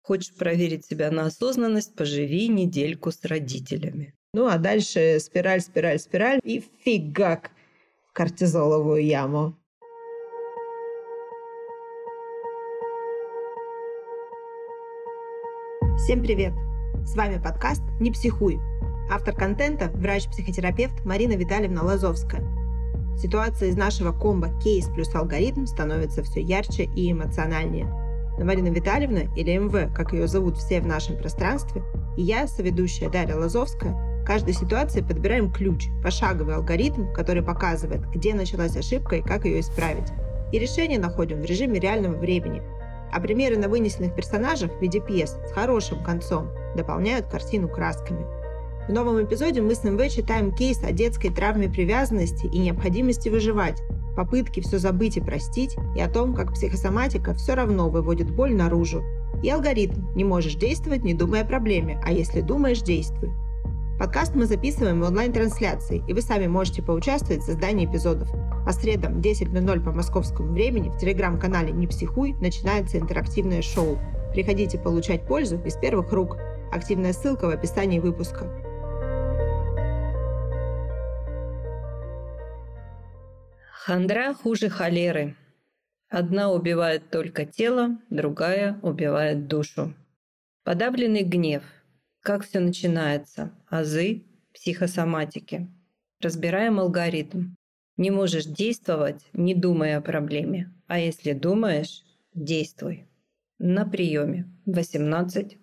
Хочешь проверить себя на осознанность, поживи недельку с родителями. Ну а дальше спираль, спираль, спираль и фигак в кортизоловую яму. Всем привет! С вами подкаст «Не психуй». Автор контента – врач-психотерапевт Марина Витальевна Лазовская. Ситуация из нашего комбо «Кейс плюс алгоритм» становится все ярче и эмоциональнее. Но Марина Витальевна, или МВ, как ее зовут все в нашем пространстве, и я, соведущая Дарья Лазовская, в каждой ситуации подбираем ключ, пошаговый алгоритм, который показывает, где началась ошибка и как ее исправить. И решение находим в режиме реального времени. А примеры на вынесенных персонажах в виде пьес с хорошим концом дополняют картину красками. В новом эпизоде мы с МВ читаем кейс о детской травме привязанности и необходимости выживать, попытки все забыть и простить, и о том, как психосоматика все равно выводит боль наружу. И алгоритм «не можешь действовать, не думай о проблеме, а если думаешь, действуй». Подкаст мы записываем в онлайн-трансляции, и вы сами можете поучаствовать в создании эпизодов. По средам в 10:00 по московскому времени в телеграм-канале «Не психуй» начинается интерактивное шоу. Приходите получать пользу из первых рук. Активная ссылка в описании выпуска. Хандра хуже холеры. Одна убивает только тело, другая убивает душу. Подавленный гнев. Как все начинается? Азы психосоматики. Разбираем алгоритм. Не можешь действовать, не думая о проблеме. А если думаешь, действуй. На приеме 18+.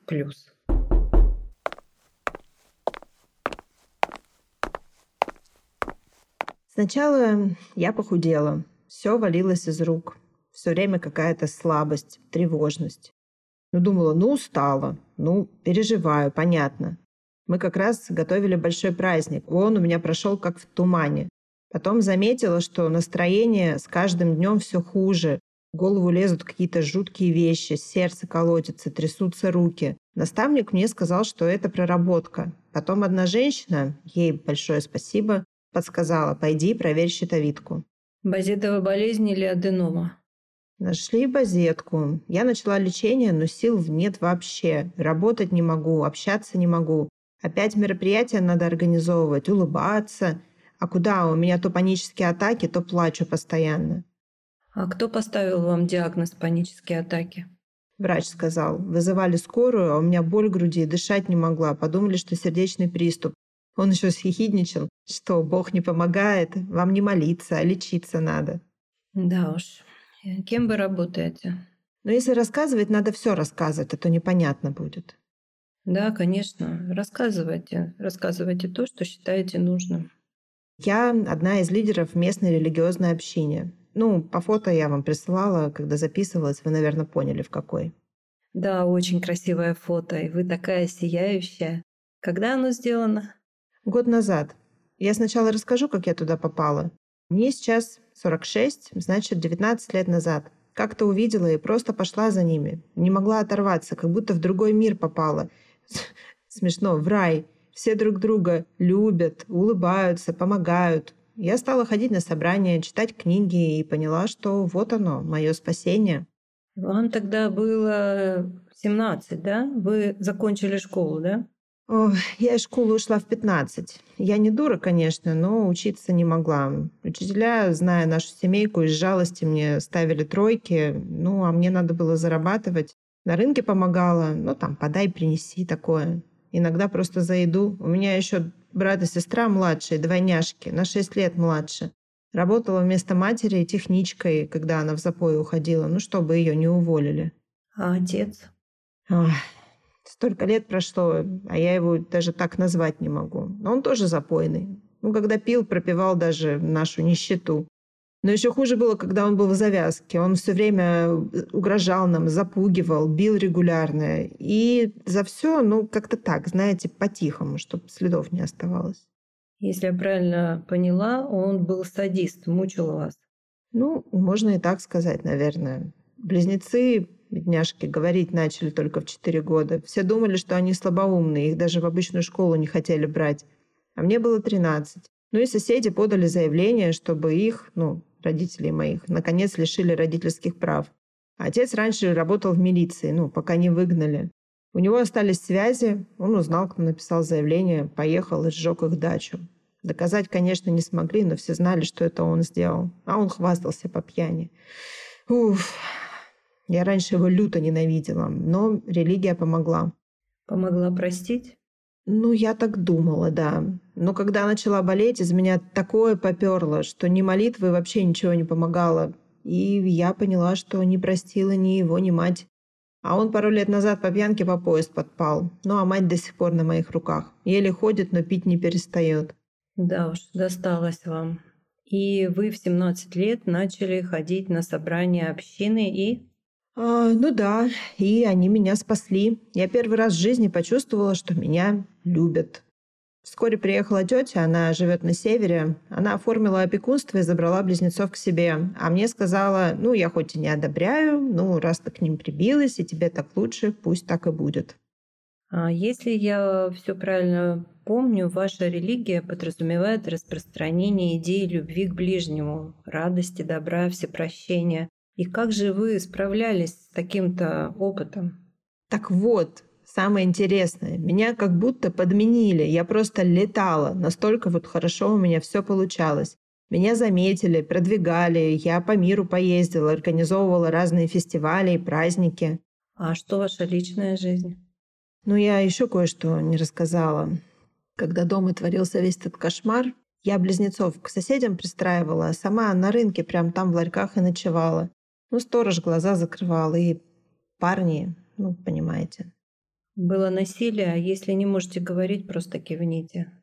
Сначала я похудела. Все валилось из рук. Все время какая-то слабость, тревожность. Думала, устала. Переживаю, понятно. Мы как раз готовили большой праздник. Он у меня прошел как в тумане. Потом заметила, что настроение с каждым днем все хуже. В голову лезут какие-то жуткие вещи, сердце колотится, трясутся руки. Наставник мне сказал, что это проработка. Потом одна женщина, ей большое спасибо, подсказала: пойди проверь щитовидку. Базетова болезнь или аденома? Нашли базетку. Я начала лечение, но сил нет вообще. Работать не могу, общаться не могу. Опять мероприятия надо организовывать, улыбаться. А куда? У меня то панические атаки, то плачу постоянно. А кто поставил вам диагноз панические атаки? Врач сказал. Вызывали скорую, а у меня боль в груди, дышать не могла. Подумали, что сердечный приступ. Он еще съехидничал, что Бог не помогает, вам не молиться, а лечиться надо. Да уж. Кем вы работаете? Но если рассказывать, надо все рассказывать, а то непонятно будет. Да, конечно. Рассказывайте. Рассказывайте то, что считаете нужным. Я одна из лидеров местной религиозной общины. По фото я вам присылала, когда записывалась, вы, наверное, поняли, в какой. Да, очень красивое фото, и вы такая сияющая. Когда оно сделано? Год назад. Я сначала расскажу, как я туда попала. Мне сейчас 46, значит, 19 лет назад. Как-то увидела и просто пошла за ними. Не могла оторваться, как будто в другой мир попала. Смешно, в рай. Все друг друга любят, улыбаются, помогают. Я стала ходить на собрания, читать книги и поняла, что вот оно, мое спасение. Вам тогда было 17, да? Вы закончили школу, да? Я из школы ушла в 15. Я не дура, конечно, но учиться не могла. Учителя, зная нашу семейку, из жалости мне ставили тройки, а мне надо было зарабатывать. На рынке помогала, подай, принеси, такое. Иногда просто за еду. У меня еще брат и сестра младшие, двойняшки, на 6 лет младше. Работала вместо матери техничкой, когда она в запой уходила, чтобы ее не уволили. А отец? Столько лет прошло, а я его даже так назвать не могу. Но он тоже запойный. Когда пил, пропивал даже нашу нищету. Но еще хуже было, когда он был в завязке. Он все время угрожал нам, запугивал, бил регулярно. И за все, как-то так, знаете, по-тихому, чтобы следов не оставалось. Если я правильно поняла, он был садист, мучил вас. Можно и так сказать, наверное. Близнецы, бедняжки, говорить начали только в 4 года. Все думали, что они слабоумные, их даже в обычную школу не хотели брать. А мне было 13. И соседи подали заявление, чтобы их, родителей моих, наконец лишили родительских прав. Отец раньше работал в милиции, пока не выгнали. У него остались связи, он узнал, кто написал заявление, поехал и сжег их дачу. Доказать, конечно, не смогли, но все знали, что это он сделал. А он хвастался по пьяни. Уф, я раньше его люто ненавидела, но религия помогла. Помогла простить? Я так думала, да. Но когда начала болеть, из меня такое поперло, что ни молитвы вообще ничего не помогало. И я поняла, что не простила ни его, ни мать. А он пару лет назад по пьянке по пояс подпал. А мать до сих пор на моих руках. Еле ходит, но пить не перестает. Да уж, досталось вам. И вы в 17 лет начали ходить на собрания общины и... Да, и они меня спасли. Я первый раз в жизни почувствовала, что меня любят. Вскоре приехала тетя, она живет на севере. Она оформила опекунство и забрала близнецов к себе. А мне сказала, я хоть и не одобряю, раз ты к ним прибилась, и тебе так лучше, пусть так и будет. Если я все правильно помню, ваша религия подразумевает распространение идеи любви к ближнему, радости, добра, всепрощения. И как же вы справлялись с таким-то опытом? Так вот, самое интересное, меня как будто подменили. Я просто летала. Настолько хорошо у меня все получалось. Меня заметили, продвигали. Я по миру поездила, организовывала разные фестивали и праздники. А что ваша личная жизнь? Я еще кое-что не рассказала. Когда дома творился весь этот кошмар, я близнецов к соседям пристраивала, а сама на рынке прям там в ларьках и ночевала. Сторож глаза закрывал, и парни, понимаете. Было насилие, а если не можете говорить, просто кивните.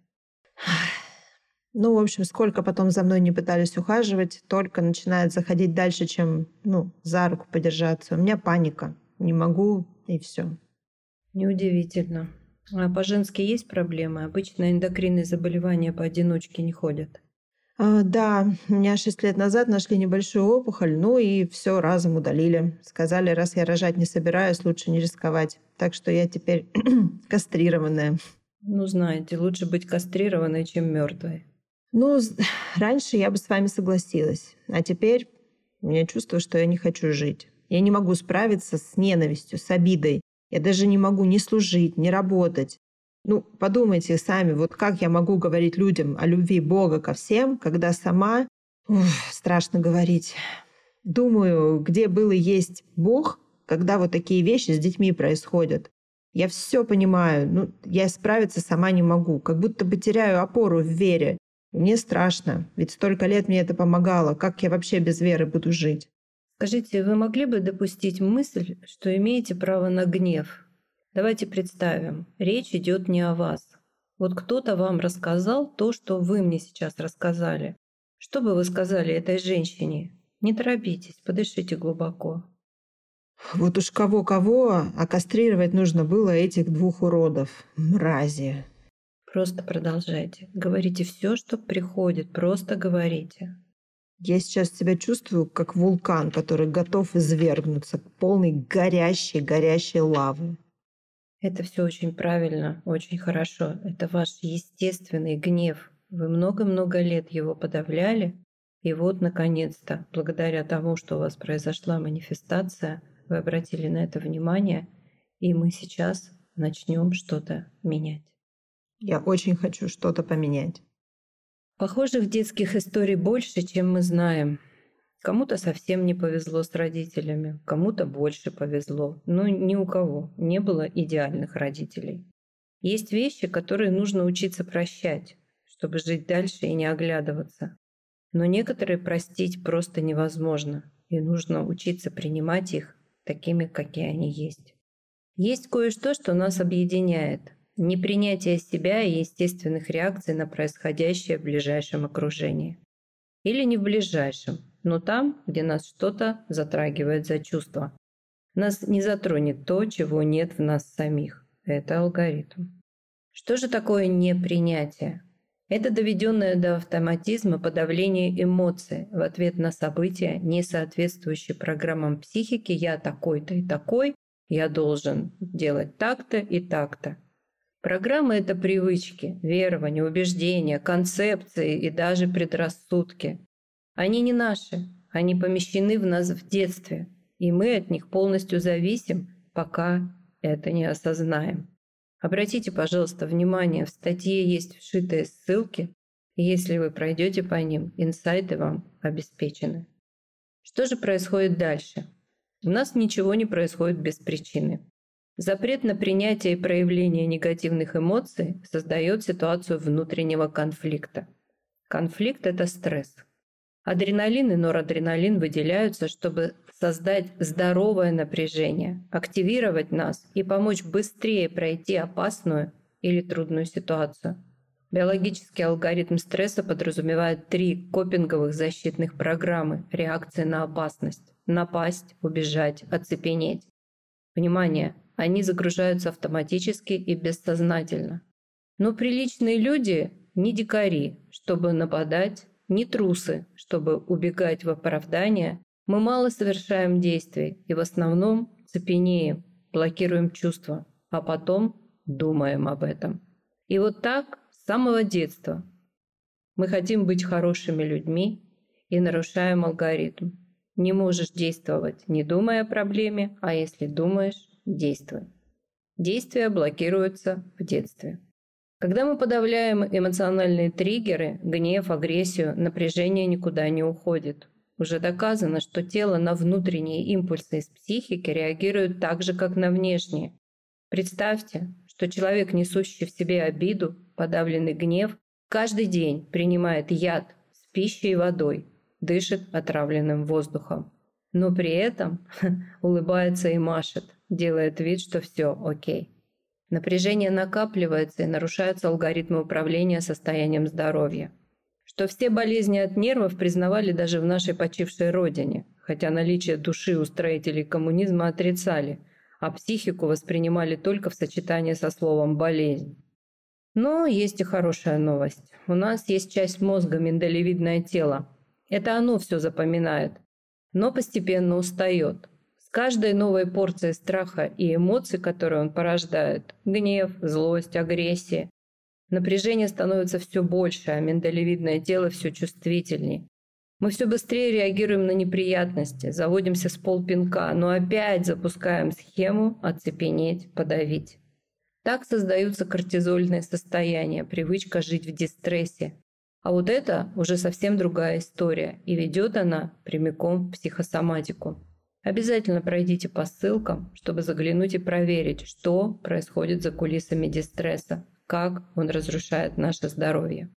В общем, сколько потом за мной не пытались ухаживать, только начинает заходить дальше, чем, за руку подержаться. У меня паника. Не могу, и все. Неудивительно. А по-женски есть проблемы? Обычно эндокринные заболевания поодиночке не ходят. Да, у меня 6 лет назад нашли небольшую опухоль, и все разом удалили. Сказали, раз я рожать не собираюсь, лучше не рисковать. Так что я теперь кастрированная. Знаете, лучше быть кастрированной, чем мертвой. Раньше я бы с вами согласилась. А теперь у меня чувство, что я не хочу жить. Я не могу справиться с ненавистью, с обидой. Я даже не могу ни служить, ни работать. Подумайте сами, как я могу говорить людям о любви Бога ко всем, когда сама... страшно говорить. Думаю, где был и есть Бог, когда такие вещи с детьми происходят. Я все понимаю, я справиться сама не могу, как будто бы теряю опору в вере. Мне страшно, ведь столько лет мне это помогало. Как я вообще без веры буду жить? Скажите, вы могли бы допустить мысль, что имеете право на гнев? Давайте представим, речь идет не о вас. Кто-то вам рассказал то, что вы мне сейчас рассказали. Что бы вы сказали этой женщине? Не торопитесь, подышите глубоко. Уж кого-кого, а кастрировать нужно было этих 2 уродов. Мрази. Просто продолжайте. Говорите все, что приходит. Просто говорите. Я сейчас себя чувствую, как вулкан, который готов извергнуться, полный горящей лавы. Это все очень правильно, очень хорошо. Это ваш естественный гнев. Вы много-много лет его подавляли. И наконец-то, благодаря тому, что у вас произошла манифестация, вы обратили на это внимание, и мы сейчас начнем что-то менять. Я очень хочу что-то поменять. Похожих детских историй больше, чем мы знаем. Кому-то совсем не повезло с родителями, кому-то больше повезло. Но ни у кого не было идеальных родителей. Есть вещи, которые нужно учиться прощать, чтобы жить дальше и не оглядываться. Но некоторые простить просто невозможно, и нужно учиться принимать их такими, какие они есть. Есть кое-что, что нас объединяет. Непринятие себя и естественных реакций на происходящее в ближайшем окружении. Или не в ближайшем, но там, где нас что-то затрагивает за чувство. Нас не затронет то, чего нет в нас самих. Это алгоритм. Что же такое непринятие? Это доведенное до автоматизма подавление эмоций в ответ на события, не соответствующие программам психики «я такой-то и такой», «я должен делать так-то и так-то». Программы – это привычки, верования, убеждения, концепции и даже предрассудки. Они не наши, они помещены в нас в детстве. и мы от них полностью зависим, пока это не осознаем. Обратите, пожалуйста, внимание, в статье есть вшитые ссылки, и если вы пройдете по ним, инсайты вам обеспечены. Что же происходит дальше? У нас ничего не происходит без причины. Запрет на принятие и проявление негативных эмоций создает ситуацию внутреннего конфликта. Конфликт – это стресс. Адреналин и норадреналин выделяются, чтобы создать здоровое напряжение, активировать нас и помочь быстрее пройти опасную или трудную ситуацию. Биологический алгоритм стресса подразумевает 3 копинговых защитных программы реакции на опасность: напасть, убежать, оцепенеть. Внимание! Они загружаются автоматически и бессознательно. Но приличные люди не дикари, чтобы нападать, не трусы, чтобы убегать в оправдание. Мы мало совершаем действий и в основном цепенеем, блокируем чувства, а потом думаем об этом. И вот так с самого детства мы хотим быть хорошими людьми и нарушаем алгоритм. Не можешь действовать, не думая о проблеме, а если думаешь, действуй. Действия блокируются в детстве. Когда мы подавляем эмоциональные триггеры, гнев, агрессию, напряжение никуда не уходит. Уже доказано, что тело на внутренние импульсы из психики реагирует так же, как на внешние. Представьте, что человек, несущий в себе обиду, подавленный гнев, каждый день принимает яд с пищей и водой, дышит отравленным воздухом. Но при этом улыбается и машет, делает вид, что все окей. Напряжение накапливается и нарушаются алгоритмы управления состоянием здоровья. Что все болезни от нервов признавали даже в нашей почившей родине, хотя наличие души у строителей коммунизма отрицали, а психику воспринимали только в сочетании со словом «болезнь». Но есть и хорошая новость. У нас есть часть мозга, миндалевидное тело. Это оно все запоминает, но постепенно устает. С каждой новой порцией страха и эмоций, которые он порождает – гнев, злость, агрессия – напряжение становится все больше, а миндалевидное тело все чувствительнее. Мы все быстрее реагируем на неприятности, заводимся с полпинка, но опять запускаем схему оцепенеть, подавить. Так создаются кортизольные состояния, привычка жить в дистрессе. А вот это уже совсем другая история, и ведет она прямиком в психосоматику. Обязательно пройдите по ссылкам, чтобы заглянуть и проверить, что происходит за кулисами дистресса, как он разрушает наше здоровье.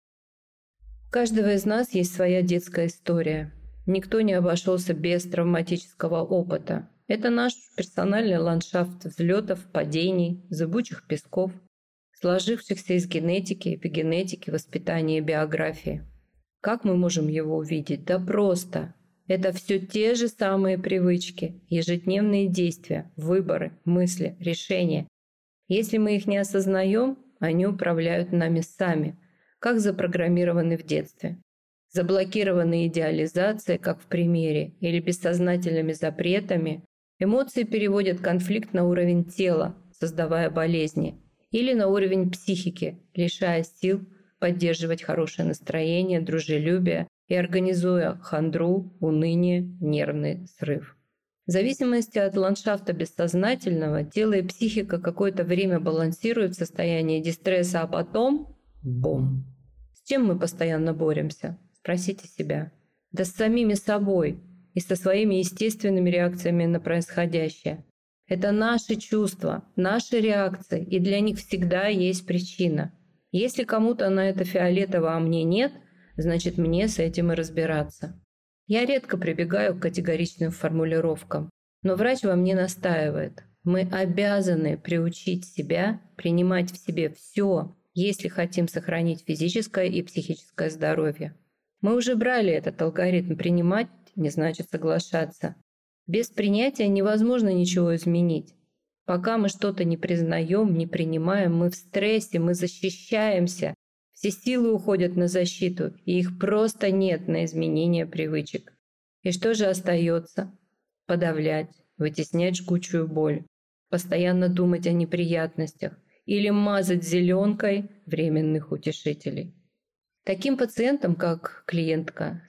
У каждого из нас есть своя детская история. Никто не обошелся без травматического опыта. Это наш персональный ландшафт взлетов, падений, зыбучих песков, сложившихся из генетики, эпигенетики, воспитания и биографии. Как мы можем его увидеть? Да просто. Это все те же самые привычки, ежедневные действия, выборы, мысли, решения. Если мы их не осознаем, они управляют нами сами, как запрограммированы в детстве. Заблокированные идеализацией, как в примере, или бессознательными запретами, эмоции переводят конфликт на уровень тела, создавая болезни, или на уровень психики, лишая сил поддерживать хорошее настроение, дружелюбие и организуя хандру, уныние, нервный срыв. В зависимости от ландшафта бессознательного, тело и психика какое-то время балансируют в состоянии дистресса, а потом – бум! С чем мы постоянно боремся? Спросите себя. Да с самими собой и со своими естественными реакциями на происходящее. Это наши чувства, наши реакции, и для них всегда есть причина. Если кому-то на это фиолетово, а мне нет, значит мне с этим и разбираться. Я редко прибегаю к категоричным формулировкам, но врач во мне настаивает. Мы обязаны приучить себя принимать в себе все, если хотим сохранить физическое и психическое здоровье. Мы уже брали этот алгоритм. Принимать не значит соглашаться. Без принятия невозможно ничего изменить. Пока мы что-то не признаем, не принимаем, мы в стрессе, мы защищаемся. Все силы уходят на защиту, и их просто нет на изменение привычек. И что же остается? Подавлять, вытеснять жгучую боль, постоянно думать о неприятностях или мазать зеленкой временных утешителей. Таким пациентам, как клиентка с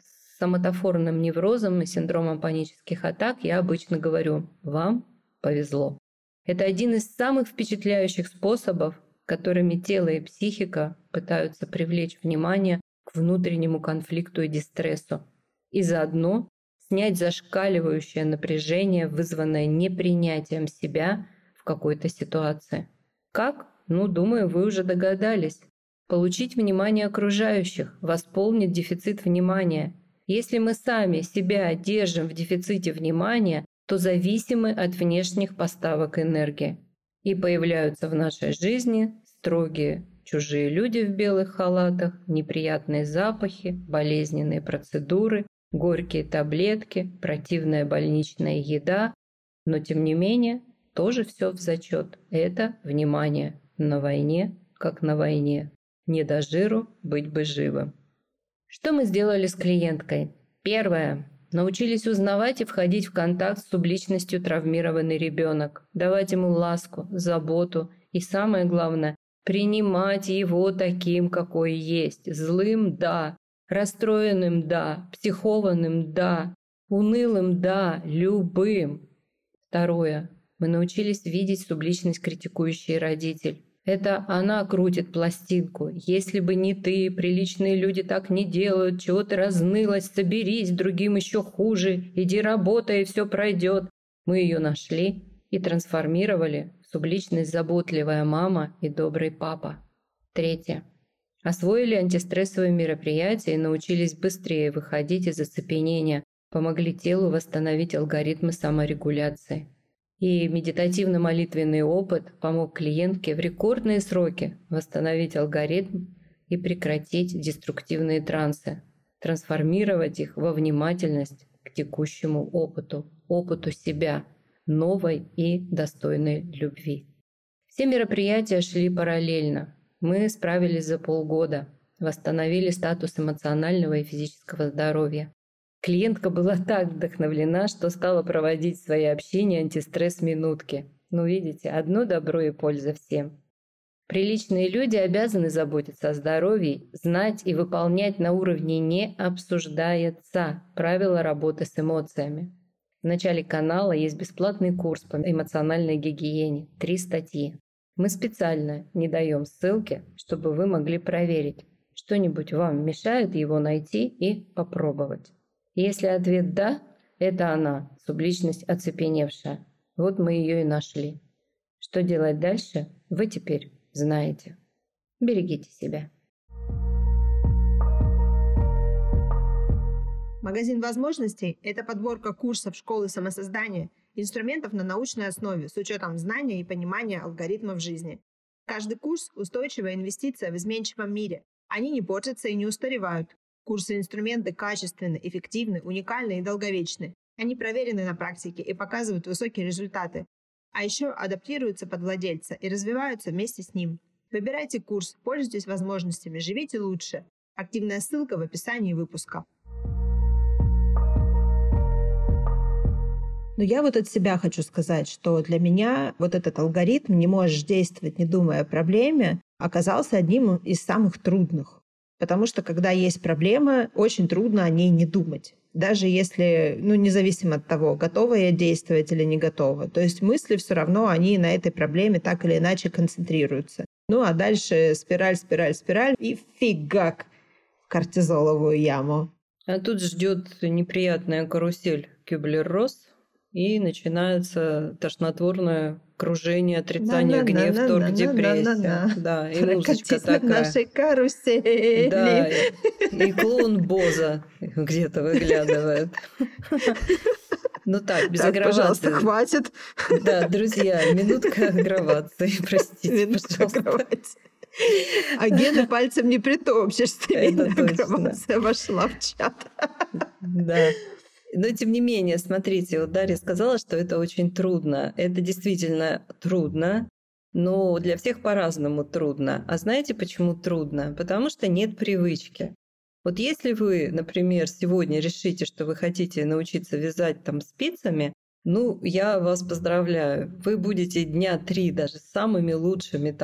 соматофорным неврозом и синдромом панических атак, я обычно говорю: вам повезло. Это один из самых впечатляющих способов, которыми тело и психика пытаются привлечь внимание к внутреннему конфликту и дистрессу, и заодно снять зашкаливающее напряжение, вызванное непринятием себя в какой-то ситуации. Как? Думаю, вы уже догадались. Получить внимание окружающих, восполнить дефицит внимания. Если мы сами себя держим в дефиците внимания, то зависимы от внешних поставок энергии. И появляются в нашей жизни строгие чужие люди в белых халатах, неприятные запахи, болезненные процедуры, горькие таблетки, противная больничная еда. Но тем не менее, тоже все в зачет. Это внимание. На войне, как на войне. Не до жиру, быть бы живым. Что мы сделали с клиенткой? Первое. Научились узнавать и входить в контакт с субличностью травмированный ребенок, давать ему ласку, заботу и, самое главное, принимать его таким, какой есть. Злым – да, расстроенным – да, психованным – да, унылым – да, любым. Второе. Мы научились видеть субличность критикующий родитель. Это она крутит пластинку. Если бы не ты, приличные люди так не делают, чего ты разнылась, соберись, другим еще хуже, иди работай, и все пройдет. Мы ее нашли и трансформировали в субличность заботливая мама и добрый папа. Третье. Освоили антистрессовые мероприятия и научились быстрее выходить из оцепенения, помогли телу восстановить алгоритмы саморегуляции. И медитативно-молитвенный опыт помог клиентке в рекордные сроки восстановить алгоритм и прекратить деструктивные трансы, трансформировать их во внимательность к текущему опыту себя, новой и достойной любви. Все мероприятия шли параллельно. Мы справились за полгода, восстановили статус эмоционального и физического здоровья. Клиентка была так вдохновлена, что стала проводить в свои общения антистресс-минутки. Видите, одно добро и польза всем. Приличные люди обязаны заботиться о здоровье, знать и выполнять на уровне «не обсуждается» правила работы с эмоциями. В начале канала есть бесплатный курс по эмоциональной гигиене, 3 статьи. Мы специально не даем ссылки, чтобы вы могли проверить, что-нибудь вам мешает его найти и попробовать. Если ответ «да», это она, субличность оцепеневшая. Вот мы ее и нашли. Что делать дальше, вы теперь знаете. Берегите себя. Магазин возможностей – это подборка курсов школы самосоздания, инструментов на научной основе с учетом знания и понимания алгоритмов жизни. Каждый курс – устойчивая инвестиция в изменчивом мире. Они не портятся и не устаревают. Курсы и инструменты качественны, эффективны, уникальны и долговечны. Они проверены на практике и показывают высокие результаты. А еще адаптируются под владельца и развиваются вместе с ним. Выбирайте курс, пользуйтесь возможностями, живите лучше. Активная ссылка в описании выпуска. Но я от себя хочу сказать, что для меня этот алгоритм «не можешь действовать, не думая о проблеме» оказался одним из самых трудных. Потому что, когда есть проблема, очень трудно о ней не думать. Даже если, независимо от того, готова я действовать или не готова. То есть мысли все равно, они на этой проблеме так или иначе концентрируются. А дальше спираль и фигак в кортизоловую яму. А тут ждет неприятная карусель Кюблер-Росс, и начинается тошнотворное кружение, отрицание, гнев, торг, депрессия. Да, и музычка такая. Нашей карусели. Да, и клоун Боза где-то выглядывает. Так, без агравации. Пожалуйста, хватит. Да, друзья, минутка агравации, простите, пожалуйста. А Гены пальцем не притопчешь, что агравация вошла в чат. Да. Но тем не менее, смотрите, Дарья сказала, что это очень трудно. Это действительно трудно, но для всех по-разному трудно. А знаете, почему трудно? Потому что нет привычки. Если вы, например, сегодня решите, что вы хотите научиться вязать спицами, я вас поздравляю. Вы будете дня 3 даже с самыми лучшими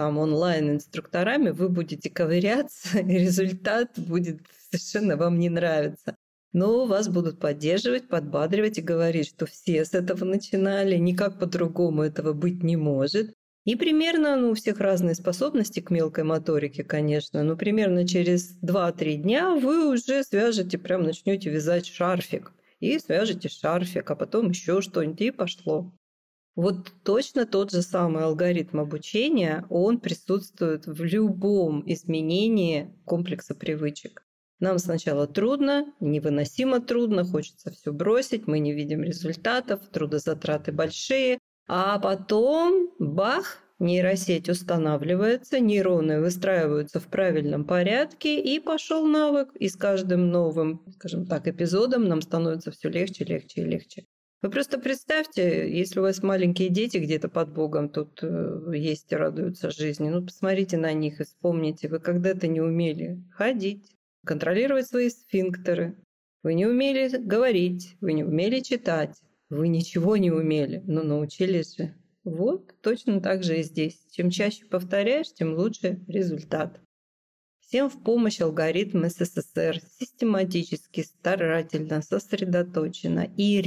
онлайн-инструкторами, вы будете ковыряться, и результат будет совершенно вам не нравиться. Но вас будут поддерживать, подбадривать и говорить, что все с этого начинали, никак по-другому этого быть не может. И примерно, у всех разные способности к мелкой моторике, конечно, но примерно через 2-3 дня вы уже свяжете, прям начнете вязать шарфик. И свяжете шарфик, а потом еще что-нибудь, и пошло. Вот точно тот же самый алгоритм обучения, он присутствует в любом изменении комплекса привычек. Нам сначала трудно, невыносимо трудно, хочется все бросить, мы не видим результатов, трудозатраты большие, а потом бах, нейросеть устанавливается, нейроны выстраиваются в правильном порядке, и пошел навык. И с каждым новым, скажем так, эпизодом нам становится все легче, легче и легче. Вы просто представьте, если у вас маленькие дети где-то под Богом тут есть и радуются жизни, посмотрите на них и вспомните, вы когда-то не умели ходить, контролировать свои сфинктеры, вы не умели говорить, вы не умели читать, вы ничего не умели, но научились же. Вот точно так же и здесь. Чем чаще повторяешь, тем лучше результат. Всем в помощь алгоритм СССР систематически, старательно, сосредоточенно и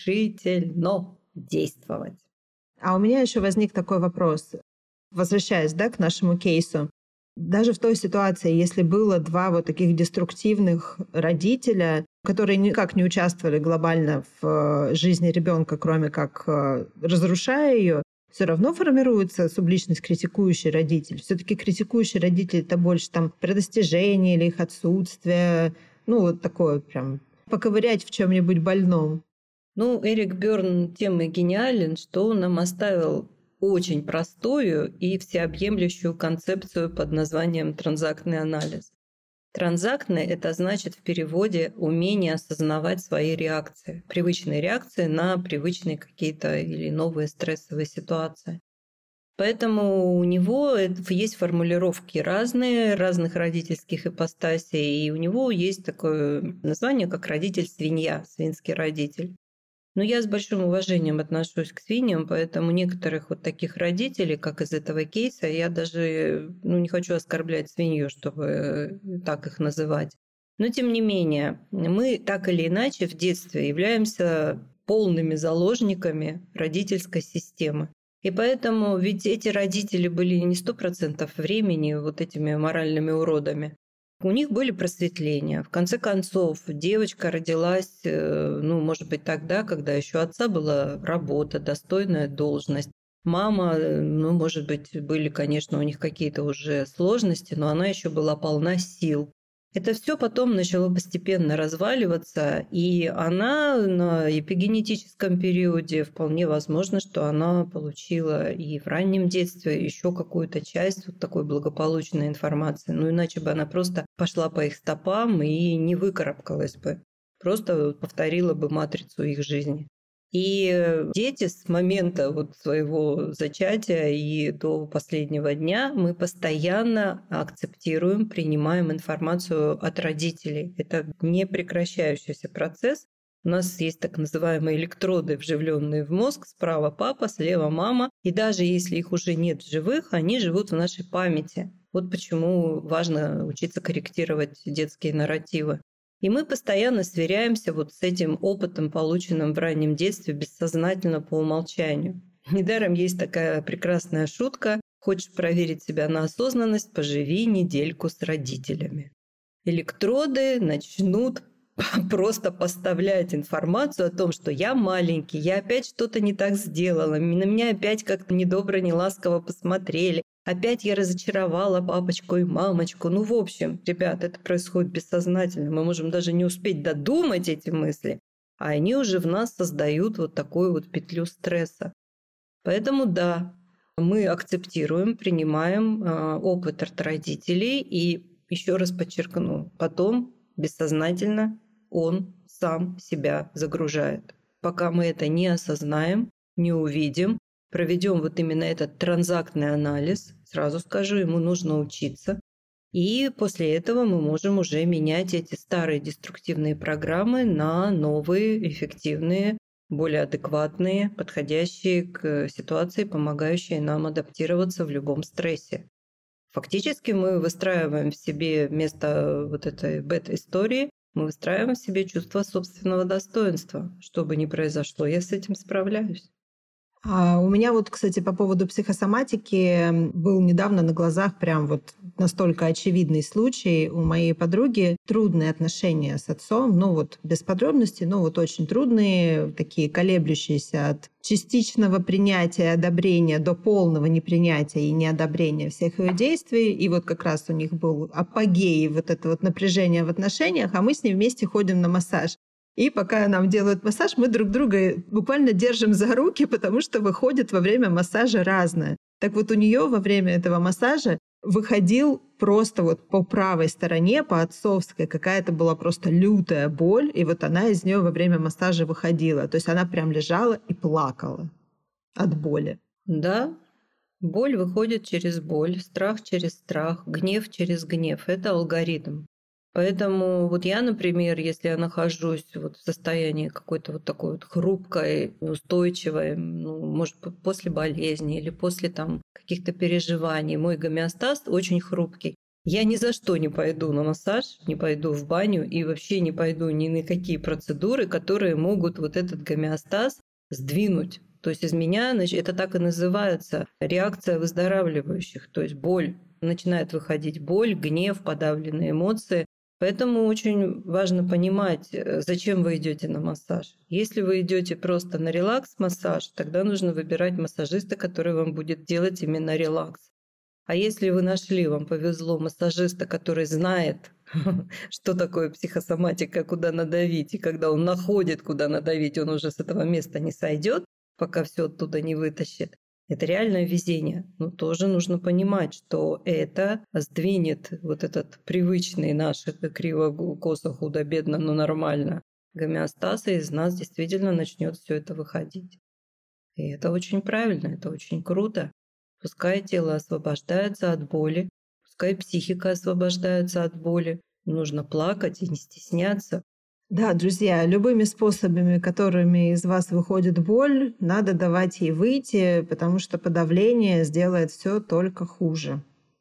решительно действовать. А у меня еще возник такой вопрос. Возвращаясь, к нашему кейсу. Даже в той ситуации, если было два таких деструктивных родителя, которые никак не участвовали глобально в жизни ребенка, кроме как разрушая ее, все равно формируется субличность критикующий родитель. Все-таки критикующий родитель — это больше про достижения или их отсутствие. Такое прям поковырять в чем-нибудь больном. Эрик Бёрн тем и гениален, что он нам оставил очень простую и всеобъемлющую концепцию под названием транзактный анализ. Транзактный — это значит в переводе умение осознавать свои реакции, привычные реакции на привычные какие-то или новые стрессовые ситуации. Поэтому у него есть формулировки разных родительских ипостасей, и у него есть такое название, как родитель-свинья, свинский родитель. Но я с большим уважением отношусь к свиньям, поэтому некоторых таких родителей, как из этого кейса, я даже не хочу оскорблять свинью, чтобы так их называть. Но тем не менее, мы так или иначе в детстве являемся полными заложниками родительской системы. И поэтому ведь эти родители были не 100% времени этими моральными уродами. У них были просветления. В конце концов, девочка родилась, может быть, тогда, когда еще отца была работа, достойная должность. Мама, может быть, были, конечно, у них какие-то уже сложности, но она еще была полна сил. Это все потом начало постепенно разваливаться, и она на эпигенетическом периоде вполне возможно, что она получила и в раннем детстве еще какую-то часть такой благополучной информации. Иначе бы она просто пошла по их стопам и не выкарабкалась бы. Просто повторила бы матрицу их жизни. И дети с момента своего зачатия и до последнего дня мы постоянно акцептируем, принимаем информацию от родителей. Это непрекращающийся процесс. У нас есть так называемые электроды, вживленные в мозг. Справа папа, слева мама. И даже если их уже нет в живых, они живут в нашей памяти. Вот почему важно учиться корректировать детские нарративы. И мы постоянно сверяемся с этим опытом, полученным в раннем детстве, бессознательно по умолчанию. Недаром есть такая прекрасная шутка: хочешь проверить себя на осознанность, поживи недельку с родителями. Электроды начнут просто поставлять информацию о том, что я маленький, я опять что-то не так сделала, на меня опять как-то недобро, неласково посмотрели, опять я разочаровала папочку и мамочку. В общем, ребят, это происходит бессознательно. Мы можем даже не успеть додумать эти мысли, а они уже в нас создают такую петлю стресса. Поэтому да, мы акцептируем, принимаем опыт от родителей, и еще раз подчеркну, потом бессознательно он сам себя загружает. Пока мы это не осознаем, не увидим, проведем именно этот транзактный анализ, сразу скажу, ему нужно учиться. И после этого мы можем уже менять эти старые деструктивные программы на новые, эффективные, более адекватные, подходящие к ситуации, помогающие нам адаптироваться в любом стрессе. Фактически мы выстраиваем в себе вместо этой бета-истории Мы выстраиваем в себе чувство собственного достоинства. Что бы ни произошло, я с этим справляюсь. У меня вот, кстати, по поводу психосоматики был недавно на глазах прям вот настолько очевидный случай. У моей подруги трудные отношения с отцом, без подробностей, очень трудные, такие колеблющиеся от частичного принятия, одобрения до полного непринятия и неодобрения всех ее действий. И вот как раз у них был апогей вот это вот напряжение в отношениях, а мы с ней вместе ходим на массаж. И пока нам делают массаж, мы друг друга буквально держим за руки, потому что выходит во время массажа разное. Так вот у нее во время этого массажа выходил просто вот по правой стороне, по отцовской, какая-то была просто лютая боль, и вот она из нее во время массажа выходила. То есть она прям лежала и плакала от боли. Да, боль выходит через боль, страх через страх, гнев через гнев. Это алгоритм. Поэтому вот я, например, если я нахожусь вот в состоянии какой-то вот такой вот хрупкой, устойчивой, может, после болезни или после там каких-то переживаний, мой гомеостаз очень хрупкий. Я ни за что не пойду на массаж, не пойду в баню и вообще не пойду ни на какие процедуры, которые могут вот этот гомеостаз сдвинуть. То есть из меня, это так и называется, реакция выздоравливающих, то есть боль. Начинает выходить боль, гнев, подавленные эмоции. Поэтому очень важно понимать, зачем вы идете на массаж. Если вы идете просто на релакс-массаж, тогда нужно выбирать массажиста, который вам будет делать именно релакс. А если вы нашли, вам повезло, массажиста, который знает, что такое психосоматика, куда надавить, и когда он находит, куда надавить, он уже с этого места не сойдет, пока все оттуда не вытащит. Это реальное везение. Но тоже нужно понимать, что это сдвинет вот этот привычный наш, это криво, косо, худо, бедно, но нормально, гомеостаз, и из нас действительно начнет все это выходить. И это очень правильно, это очень круто. Пускай тело освобождается от боли, пускай психика освобождается от боли. Нужно плакать и не стесняться. Да, друзья, любыми способами, которыми из вас выходит боль, надо давать ей выйти, потому что подавление сделает все только хуже.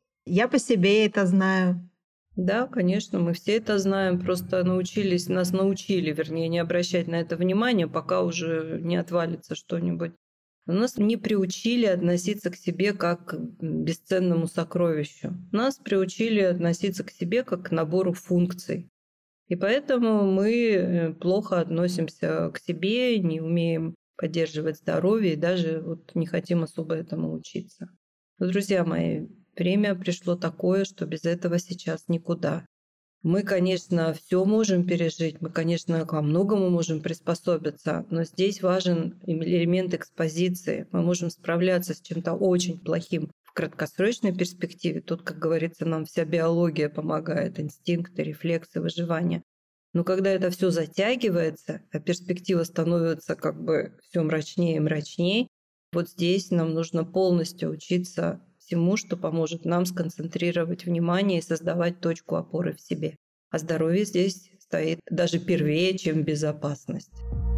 Я по себе это знаю. Да, конечно, мы все это знаем, просто нас научили, вернее, не обращать на это внимания, пока уже не отвалится что-нибудь. Нас не приучили относиться к себе как к бесценному сокровищу. Нас приучили относиться к себе как к набору функций. И поэтому мы плохо относимся к себе, не умеем поддерживать здоровье и даже не хотим особо этому учиться. Но, друзья мои, время пришло такое, что без этого сейчас никуда. Мы, конечно, все можем пережить, мы, конечно, ко многому можем приспособиться, но здесь важен элемент экспозиции. Мы можем справляться с чем-то очень плохим в краткосрочной перспективе. Тут, как говорится, нам вся биология помогает, инстинкты, рефлексы, выживания. Но когда это все затягивается, а перспектива становится все мрачнее и мрачнее, вот здесь нам нужно полностью учиться всему, что поможет нам сконцентрировать внимание и создавать точку опоры в себе. А здоровье здесь стоит даже первее, чем безопасность.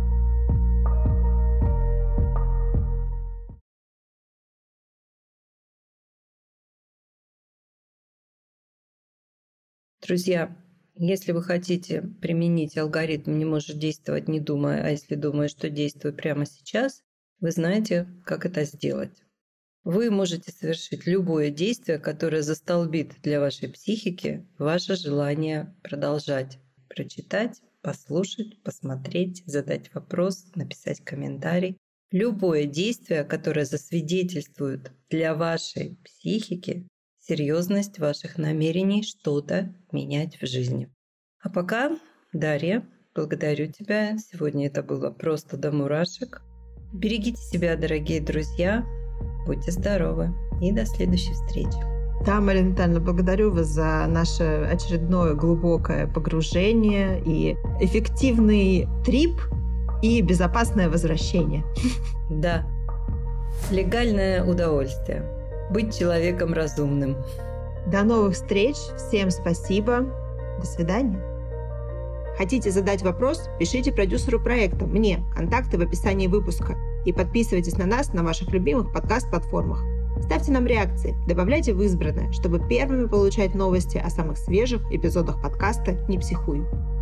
Друзья, если вы хотите применить алгоритм «не можешь действовать, не думая», а если думаешь, что действуй прямо сейчас, вы знаете, как это сделать. Вы можете совершить любое действие, которое застолбит для вашей психики ваше желание продолжать прочитать, послушать, посмотреть, задать вопрос, написать комментарий. Любое действие, которое засвидетельствует для вашей психики серьезность ваших намерений что-то менять в жизни. А пока, Дарья, благодарю тебя. Сегодня это было просто до мурашек. Берегите себя, дорогие друзья. Будьте здоровы и до следующей встречи. Да, Марина Витальевна, благодарю вас за наше очередное глубокое погружение и эффективный трип и безопасное возвращение. Да, легальное удовольствие. Быть человеком разумным. До новых встреч. Всем спасибо. До свидания. Хотите задать вопрос? Пишите продюсеру проекта, мне, контакты в описании выпуска. И подписывайтесь на нас на ваших любимых подкаст-платформах. Ставьте нам реакции, добавляйте в избранное, чтобы первыми получать новости о самых свежих эпизодах подкаста «Не психуй».